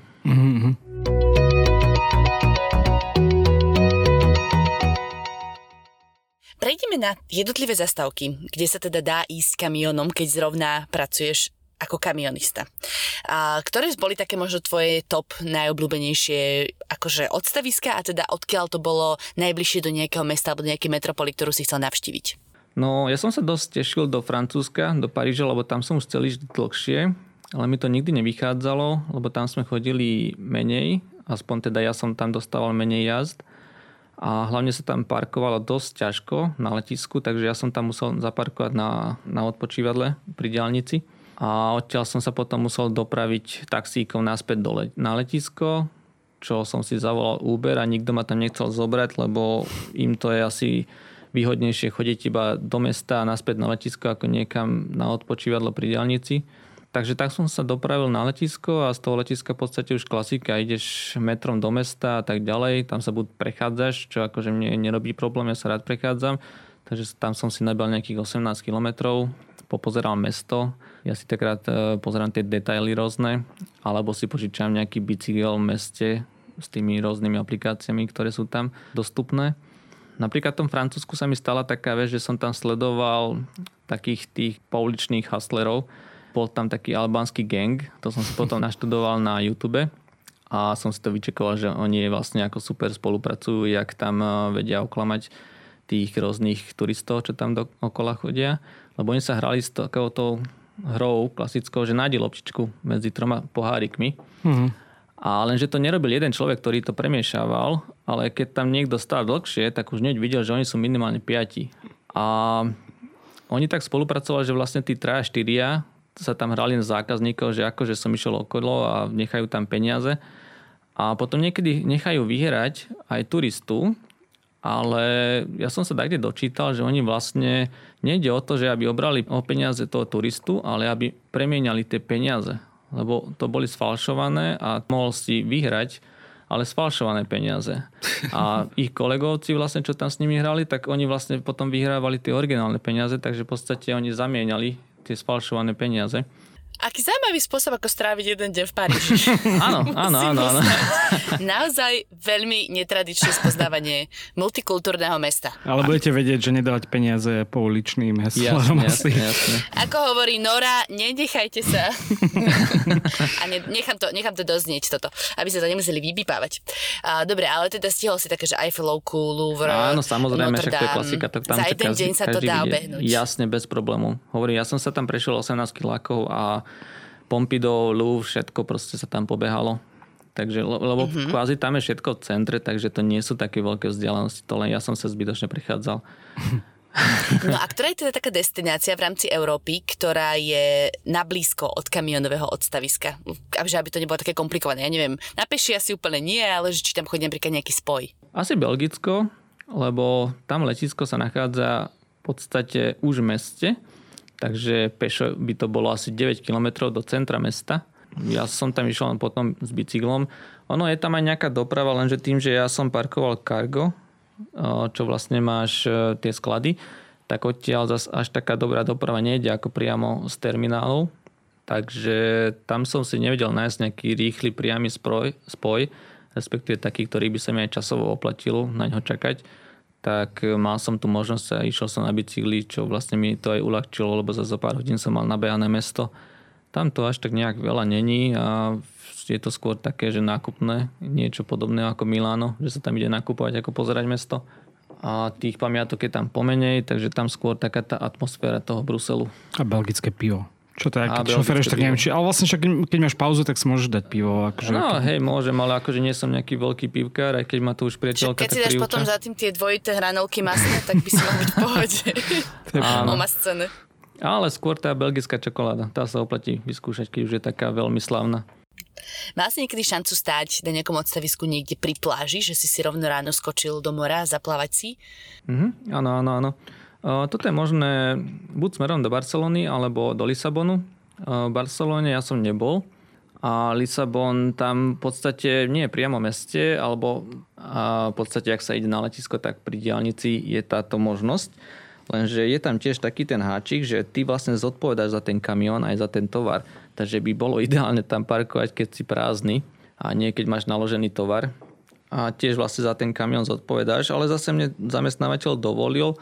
Prejdeme na jednotlivé zastávky, kde sa teda dá ísť kamionom, keď zrovna pracuješ ako kamionista. A ktoré boli také možno tvoje top najobľúbenejšie akože odstaviska a teda odkiaľ to bolo najbližšie do nejakého mesta alebo do nejakej metropoly, ktorú si chcel navštíviť? No, ja som sa dosť tešil do Francúzska, do Paríža, lebo tam som chcel ísť dlhšie, ale mi to nikdy nevychádzalo, lebo tam sme chodili menej, aspoň teda ja som tam dostával menej jazd. A hlavne sa tam parkovalo dosť ťažko na letisku, takže ja som tam musel zaparkovať na odpočívadle pri diaľnici. A odtiaľ som sa potom musel dopraviť taxíkom naspäť na letisko, čo som si zavolal Uber a nikto ma tam nechcel zobrať, lebo im to je asi výhodnejšie chodiť iba do mesta a naspäť na letisko ako niekam na odpočívadlo pri diaľnici. Takže tak som sa dopravil na letisko a z toho letiska v podstate už klasika. Ideš metrom do mesta a tak ďalej. Tam sa buď prechádzaš, čo akože mne nerobí problém, ja sa rád prechádzam. Takže tam som si nabral nejakých 18 kilometrov, popozeral mesto. Ja si takrát pozerám tie detaily rôzne, alebo si požičam nejaký bicykel v meste s tými rôznymi aplikáciami, ktoré sú tam dostupné. Napríklad v tom Francúzsku sa mi stala taká vec, že som tam sledoval takých tých pouličných hustlerov. Bol tam taký albánsky gang, to som si potom naštudoval na YouTube a som si to vyčekoval, že oni vlastne ako super spolupracujú, jak tam vedia oklamať tých rôznych turistov, čo tam okola chodia. Lebo oni sa hrali s takouto hrou klasickou, že nájdi loptičku medzi 3 pohárikmi. A lenže to nerobil jeden človek, ktorý to premiešával, ale keď tam niekto stál dlhšie, tak už hneď videl, že oni sú minimálne 5. A oni tak spolupracovali, že vlastne tí 3-4 sa tam hrali na zákazníkov, že akože som išiel okolo a nechajú tam peniaze. A potom niekedy nechajú vyhrať aj turistu, ale ja som sa takde dočítal, že oni vlastne nejde o to, že aby obrali o peniaze toho turistu, ale aby premieniali tie peniaze. Lebo to boli sfalšované a mohol si vyhrať, ale sfalšované peniaze. A ich kolegovci vlastne, čo tam s nimi hrali, tak oni vlastne potom vyhrávali tie originálne peniaze, takže v podstate oni zamieniali tie sfalšované peniaze. Aký zaujímavý spôsob, ako stráviť jeden deň v Paríži. Áno. Naozaj veľmi netradičné spoznávanie multikultúrneho mesta. Ale budete vedieť, že nedávať peniaze pouličným heslám. Jasne. Ako hovorí Nora, nenechajte sa. A nechám to doznieť toto, aby sa to nemuseli vybípávať. Dobre, ale teda stihol si také, že Eiffelovku, Louvre, áno, samozrejme, Notre však to je Dame. klasika. To tam za jeden deň sa to dá obehnúť. Jasne, bez problémov. Hovorím, ja som sa tam prešiel 18 kilákov a Pompidou, Louvre, všetko proste sa tam pobehalo. Takže, lebo kvázi tam je všetko v centre, takže to nie sú také veľké vzdialenosti. To len ja som sa zbytočne prichádzal. No a ktorá je teda taká destinácia v rámci Európy, ktorá je na blízko od kamionového odstaviska? Aby to nebolo také komplikované. Ja neviem, na peši asi úplne nie, ale či tam chodí napríklad nejaký spoj. Asi Belgicko, lebo tam letisko sa nachádza podstate už v meste, takže pešo by to bolo asi 9 km do centra mesta. Ja som tam išiel potom s bicyklom. Ono je tam aj nejaká doprava, lenže tým, že ja som parkoval Cargo, čo vlastne máš tie sklady, tak odtiaľ zase až taká dobrá doprava nejde ako priamo z terminálov. Takže tam som si nevedel nájsť nejaký rýchly priamy spoj, respektíve taký, ktorý by sa mi aj časovo oplatilo na ňo čakať. Tak mal som tu možnosť a išiel som na bicykli, čo vlastne mi to aj uľahčilo, lebo za pár hodín som mal nabehané mesto. Tam to až tak nejak veľa není a je to skôr také, že nákupné, niečo podobné ako Miláno, že sa tam ide nakupovať ako pozerať mesto. A tých pamiatok je tam pomenej, takže tam skôr taká tá atmosféra toho Bruselu. A belgické pivo. Čo to je, keď šoferuješ, tak neviem, ale vlastne však keď máš pauzu, tak si môžeš dať pivo. Akože no hej, môžem, ale akože nie som nejaký veľký pivkár, aj keď ma tu už priateľka tak keď si dáš potom za tým tie dvojité hranolky masné, tak by si mal byť v pohode. Omascené. Ale skôr tá belgická čokoláda, tá sa oplatí vyskúšať, keď už je taká veľmi slavná. Mal si niekedy šancu stáť na nejakom odstavisku niekde pri pláži, že si rovno ráno skočil do mora zaplávať si? Áno. Toto je možné buď smerom do Barcelony, alebo do Lisabonu. V Barcelone ja som nebol. A Lisabon tam v podstate nie je priamo v meste, alebo v podstate, ak sa ide na letisko, tak pri diaľnici je táto možnosť. Lenže je tam tiež taký ten háčik, že ty vlastne zodpovedáš za ten kamión aj za ten tovar. Takže by bolo ideálne tam parkovať, keď si prázdny a nie keď máš naložený tovar. A tiež vlastne za ten kamión zodpovedáš, ale zase mne zamestnávateľ dovolil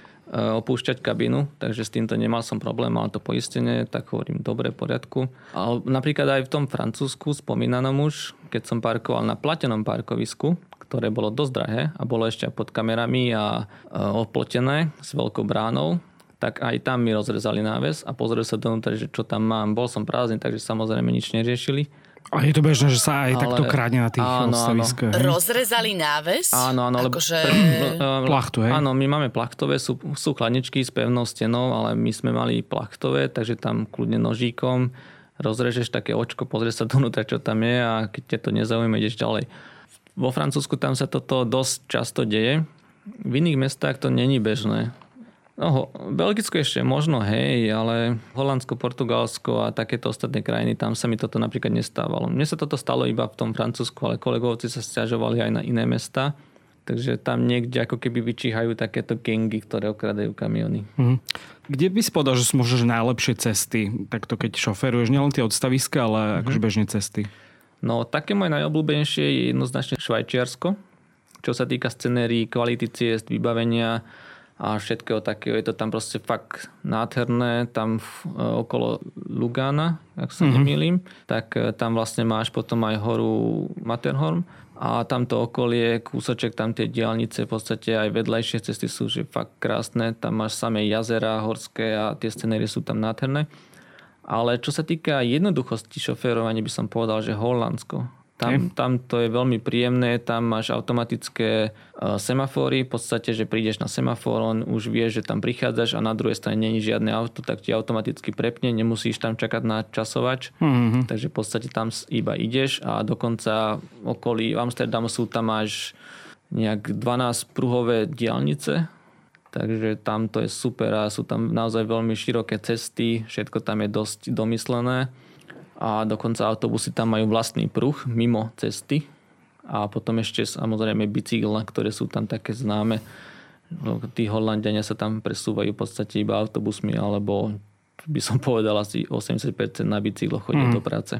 opúšťať kabínu, takže s týmto nemal som problém, mal to poistenie, tak hovorím, dobre, v poriadku. Ale napríklad aj v tom Francúzsku, spomínanom už, keď som parkoval na platenom parkovisku, ktoré bolo dosť drahé a bolo ešte pod kamerami a oplotené s veľkou bránou, tak aj tam mi rozrezali náves a pozreli sa dovnútra, že čo tam mám. Bol som prázdny, takže samozrejme nič neriešili. A je to bežné, že sa aj takto kradne na tých odstaviskách. Rozrezali náves? Áno. Akože plachtu, hej? Áno, my máme plachtové, sú chladničky s pevnou stenou, ale my sme mali plachtové, takže tam kľudne nožíkom rozrežeš také očko, pozrieš sa dovnútra, čo tam je a keď ťa to nezaujíma, ideš ďalej. Vo Francúzsku tam sa toto dosť často deje. V iných mestách to není bežné. No, Belgicko ešte možno, hej, ale Holandsko, Portugalsko a takéto ostatné krajiny, tam sa mi toto napríklad nestávalo. Mne sa toto stalo iba v tom Francúzsku, ale kolegovci sa sťažovali aj na iné mestá. Takže tam niekde ako keby vyčíhajú takéto gangy, ktoré okradajú kamiony. Kde by si povedal, že sú možno najlepšie cesty? Takto keď šoferuješ, nielen tie odstaviska, ale akože bežne cesty. No, také moje najobľúbenejšie je jednoznačne Švajčiarsko. Čo sa týka scenérií, kvality ciest, vybavenia a všetkého takého. Je to tam proste fakt nádherné. Tam okolo Lugana, ak sa nemýlim, tak tam vlastne máš potom aj horu Matterhorn. A tamto okolie, kúsoček, tam tie diaľnice, v podstate aj vedľajšie cesty sú že fakt krásne. Tam máš samé jazera horské a tie scenérie sú tam nádherné. Ale čo sa týka jednoduchosti šoférovania, by som povedal, že Holandsko. Tam to je veľmi príjemné, tam máš automatické semafóry, v podstate, že prídeš na semafor, on už vie, že tam prichádzaš a na druhej strane nie je žiadne auto, tak ti automaticky prepne, nemusíš tam čakať na časovač, takže v podstate tam iba ideš a dokonca okolí Amsterdamu sú tam až nejak 12 pruhové diaľnice, takže tam to je super a sú tam naozaj veľmi široké cesty, všetko tam je dosť domyslené. A dokonca autobusy tam majú vlastný pruh mimo cesty. A potom ešte samozrejme bicykle, ktoré sú tam také známe. Tí Holanďania sa tam presúvajú v podstate iba autobusmi, alebo by som povedal asi 80% na bicykloch chodia do práce.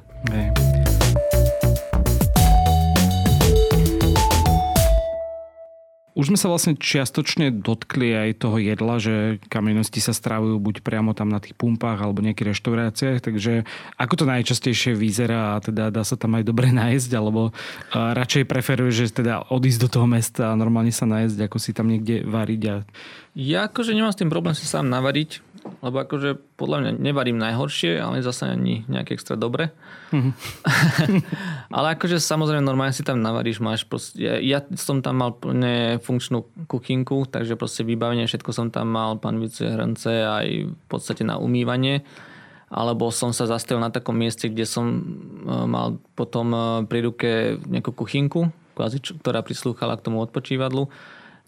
Už sme sa vlastne čiastočne dotkli aj toho jedla, že kamionisti sa strávujú buď priamo tam na tých pumpách alebo nejakých reštauráciách, takže ako to najčastejšie vyzerá a teda dá sa tam aj dobre nájsť, alebo radšej preferuješ, že teda odísť do toho mesta a normálne sa nájsť, ako si tam niekde variť a... Ja akože nemám s tým problém si sám navariť, lebo akože podľa mňa nevarím najhoršie, ale zase ani nejaké extra dobre. Ale akože samozrejme normálne si tam navaríš, máš proste, ja som tam mal plne funkčnú kuchynku, takže proste vybavenie, všetko som tam mal, panvice, hrnce, aj v podstate na umývanie. Alebo som sa zastavil na takom mieste, kde som mal potom pri ruke nejakú kuchynku, ktorá prislúchala k tomu odpočívadlu.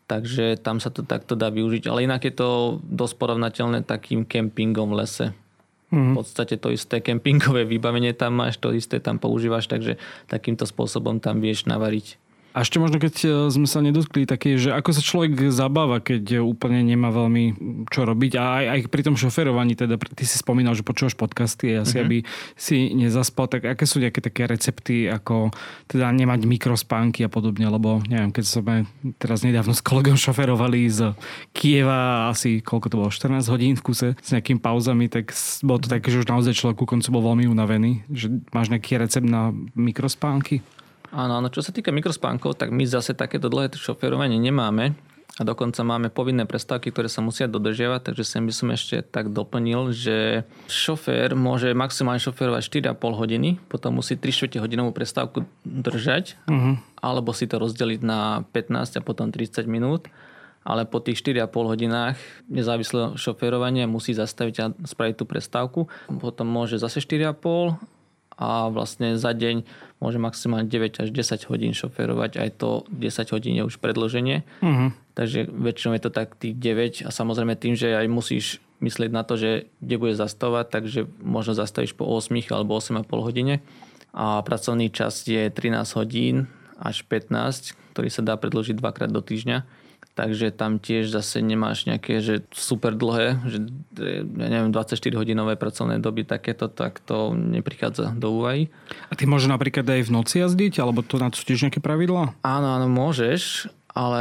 Takže tam sa to takto dá využiť. Ale inak je to dosť porovnateľné takým kempingom v lese. V podstate to isté kempingové vybavenie tam máš, to isté tam používaš, takže takýmto spôsobom tam vieš navariť. A ešte možno, keď sme sa nedotkli také, že ako sa človek zabáva, keď úplne nemá veľmi čo robiť a aj pri tom šoferovaní, teda ty si spomínal, že počúvaš podcasty asi, aby si nezaspal, tak aké sú nejaké také recepty, ako teda nemať mikrospánky a podobne, lebo neviem, keď sme teraz nedávno s kolegom šoferovali z Kieva asi, koľko to bolo, 14 hodín v kuse s nejakými pauzami, tak bolo to také, že už naozaj človek ku koncu bol veľmi unavený, že máš nejaký recept na mikrospánky? Áno, čo sa týka mikrospánkov, tak my zase takéto dlhé šoférovanie nemáme a dokonca máme povinné prestávky, ktoré sa musia dodržiavať, takže sem by som ešte tak doplnil, že šofér môže maximálne šoférovať 4,5 hodiny, potom musí 3/4 hodinovú prestávku držať, alebo si to rozdeliť na 15 a potom 30 minút, ale po tých 4,5 hodinách nezávislého šoférovania musí zastaviť a spraviť tú prestávku, potom môže zase 4,5 a vlastne za deň môže maximálne 9 až 10 hodín šoférovať, aj to 10 hodín je už predĺženie. Takže väčšinou je to tak tých 9 a samozrejme tým, že aj musíš myslieť na to, že kde bude zastavovať, takže možno zastavíš po 8 alebo 8,5 hodine a pracovný čas je 13 hodín až 15, ktorý sa dá predĺžiť 2-krát do týždňa. Takže tam tiež zase nemáš nejaké že super dlhé, že ja neviem, 24-hodinové pracovné doby takéto, tak to neprichádza do úvahy. A ty môžeš napríklad aj v noci jazdiť, alebo to na to tiež nejaké pravidlá? Áno, môžeš, ale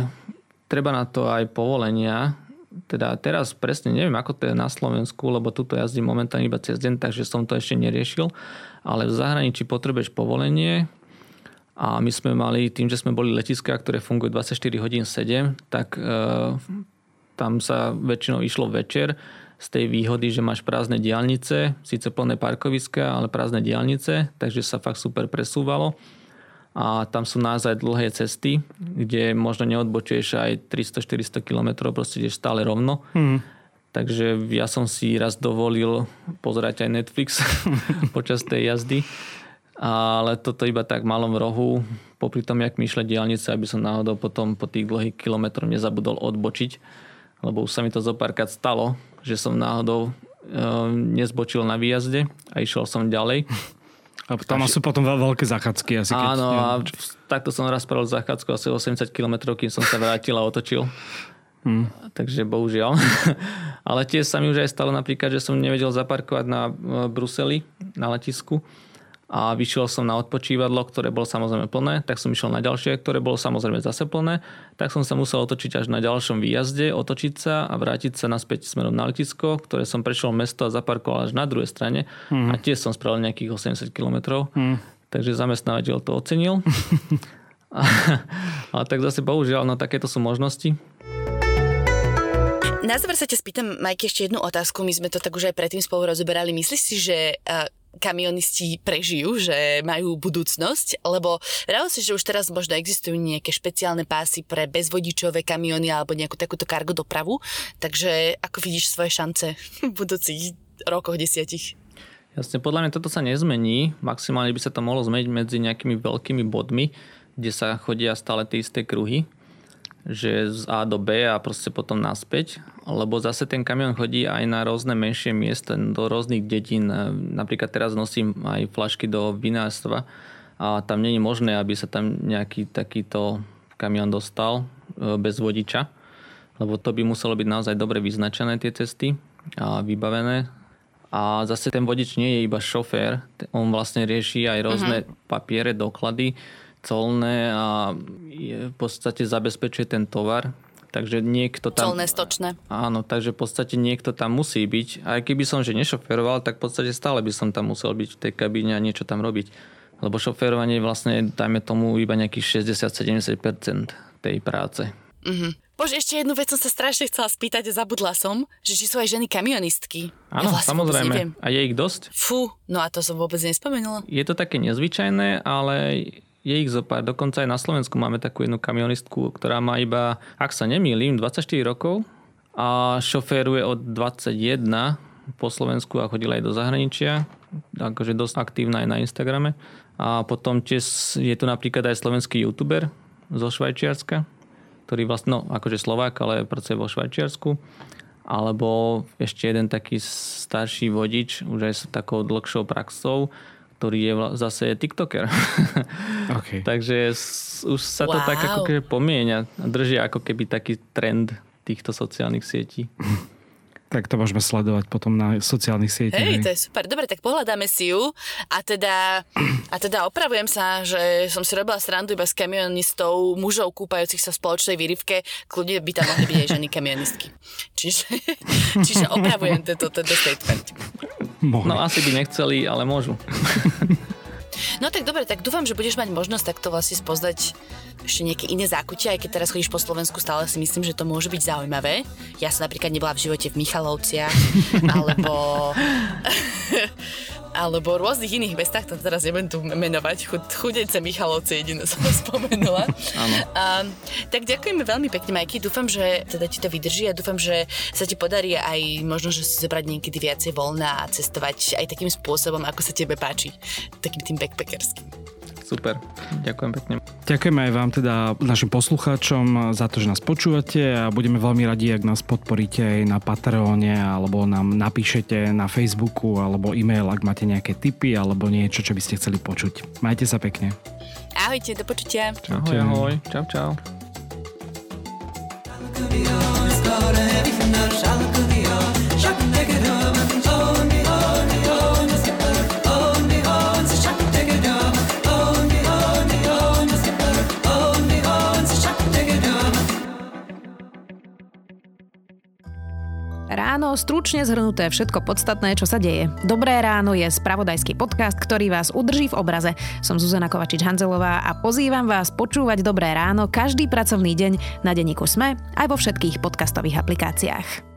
treba na to aj povolenia. Teda teraz presne neviem, ako to je na Slovensku, lebo tuto jazdím momentálne iba cez deň, takže som to ešte neriešil. Ale v zahraničí potrebuješ povolenie. A my sme mali, tým, že sme boli letiská, ktoré fungujú 24 hodín 7, tak tam sa väčšinou išlo večer z tej výhody, že máš prázdne diaľnice, síce plné parkoviská, ale prázdne diaľnice, takže sa fakt super presúvalo. A tam sú naozaj dlhé cesty, kde možno neodbočuješ aj 300-400 km, proste ideš stále rovno. Takže ja som si raz dovolil pozerať aj Netflix počas tej jazdy. Ale toto iba tak v malom rohu, popri tom, jak mi išle diaľnice, aby som náhodou potom po tých dlhých kilometroch nezabudol odbočiť, lebo už sa mi to zopárkrát stalo, že som náhodou nezbočil na výjazde a išiel som ďalej. A tam sú potom veľké zachádzky. Asi, keď, áno, a takto som raz spravil zachádzku asi 80 km, kým som sa vrátil a otočil. Takže bohužiaľ. Ale tiež sa mi už aj stalo napríklad, že som nevedel zaparkovať na Bruseli, na letisku. A vyšiel som na odpočívadlo, ktoré bolo samozrejme plné, tak som išiel na ďalšie, ktoré bolo samozrejme zase plné, tak som sa musel otočiť až na ďalšom výjazde, otočiť sa a vrátiť sa naspäť smerom na letisko, ktoré som prešiel mesto a zaparkoval až na druhej strane a tiež som spravil nejakých 80 km. Takže zamestnávateľ to ocenil. Ale tak zase bohužiaľ, no takéto sú možnosti. Na záver sa ťa spýtam, Majky, ešte jednu otázku. My sme to tak už aj predtým spolu rozoberali. Myslíš si, že kamionisti prežijú, že majú budúcnosť? Lebo rád si, že už teraz možno existujú nejaké špeciálne pásy pre bezvodičové kamiony alebo nejakú takúto cargo dopravu. Takže ako vidíš svoje šance v budúcich rokoch 10? Jasne, podľa mňa toto sa nezmení. Maximálne by sa to mohlo zmeniť medzi nejakými veľkými bodmi, kde sa chodia stále tie isté kruhy, že z A do B a proste potom naspäť, lebo zase ten kamión chodí aj na rôzne menšie miesta, do rôznych dedín. Napríklad teraz nosím aj flašky do vinárstva a tam nie je možné, aby sa tam nejaký takýto kamión dostal bez vodiča, lebo to by muselo byť naozaj dobre vyznačené tie cesty a vybavené. A zase ten vodič nie je iba šofér, on vlastne rieši aj rôzne papiere, doklady, colné a v podstate zabezpečuje ten tovar. Takže niekto tam... Colné, stočné. Áno, takže v podstate niekto tam musí byť. Aj keby som že nešoféroval, tak v podstate stále by som tam musel byť v tej kabíne a niečo tam robiť. Lebo šoférovanie je vlastne, dajme tomu, iba nejakých 60-70% tej práce. Bože, ešte jednu vec som sa strašne chcela spýtať a zabudla som, že či sú aj ženy kamionistky. Áno, ja vlastne samozrejme. A je ich dosť. Fú, no a to som vôbec nespomenula. Je to také nezvyčajné, ale je ich zopár. Dokonca aj na Slovensku máme takú jednu kamionistku, ktorá má iba, ak sa nemýlim, 24 rokov a šoféruje od 21 po Slovensku a chodila aj do zahraničia. Takže dosť aktívna aj na Instagrame. A potom tiež je tu napríklad aj slovenský youtuber zo Švajčiarska, ktorý vlastne, no akože Slovák, ale pracuje vo Švajčiarsku. Alebo ešte jeden taký starší vodič, už aj s takou dlhšou praxou, ktorý je zase TikToker. Okay. Takže už sa to tak ako keby pomieňa. Držia ako keby taký trend týchto sociálnych sietí. Tak to môžeme sledovať potom na sociálnych sieťach. Hej, to je super. Dobre, tak pohľadáme si ju a teda opravujem sa, že som si robila srandu iba s kamionistov, mužov kúpajúcich sa v spoločnej výrivke, kľudne by tam mohli byť aj ženy kamionistky. Čiže opravujem tento statement. No asi by nechceli, ale môžu. No tak dobre, tak dúfam, že budeš mať možnosť takto vlastne spoznať ešte nejaké iné zákutia, aj keď teraz chodíš po Slovensku, stále si myslím, že to môže byť zaujímavé. Ja som napríklad nebola v živote v Michalovciach, alebo rôznych iných mestách, to teraz nebudem tu menovať, chudejce Michalovce jediné som spomenula. Áno. Tak ďakujeme veľmi pekne, Majky, dúfam, že teda ti to vydrží a dúfam, že sa ti podarí aj možno, že si zobrať niekedy viacej voľna a cestovať aj takým spôsobom, ako sa tebe páči, takým tým backpackerským. Super, ďakujem pekne. Ďakujeme aj vám teda našim poslucháčom za to, že nás počúvate a budeme veľmi radi, ak nás podporíte aj na Patreone alebo nám napíšete na Facebooku alebo e-mail, ak máte nejaké tipy alebo niečo, čo by ste chceli počuť. Majte sa pekne. Ahojte, do počutia. Ahoj, ahoj. Čau, čau. Ráno, stručne zhrnuté všetko podstatné, čo sa deje. Dobré ráno je spravodajský podcast, ktorý vás udrží v obraze. Som Zuzana Kovačič-Hanzelová a pozývam vás počúvať Dobré ráno každý pracovný deň na denníku SME aj vo všetkých podcastových aplikáciách.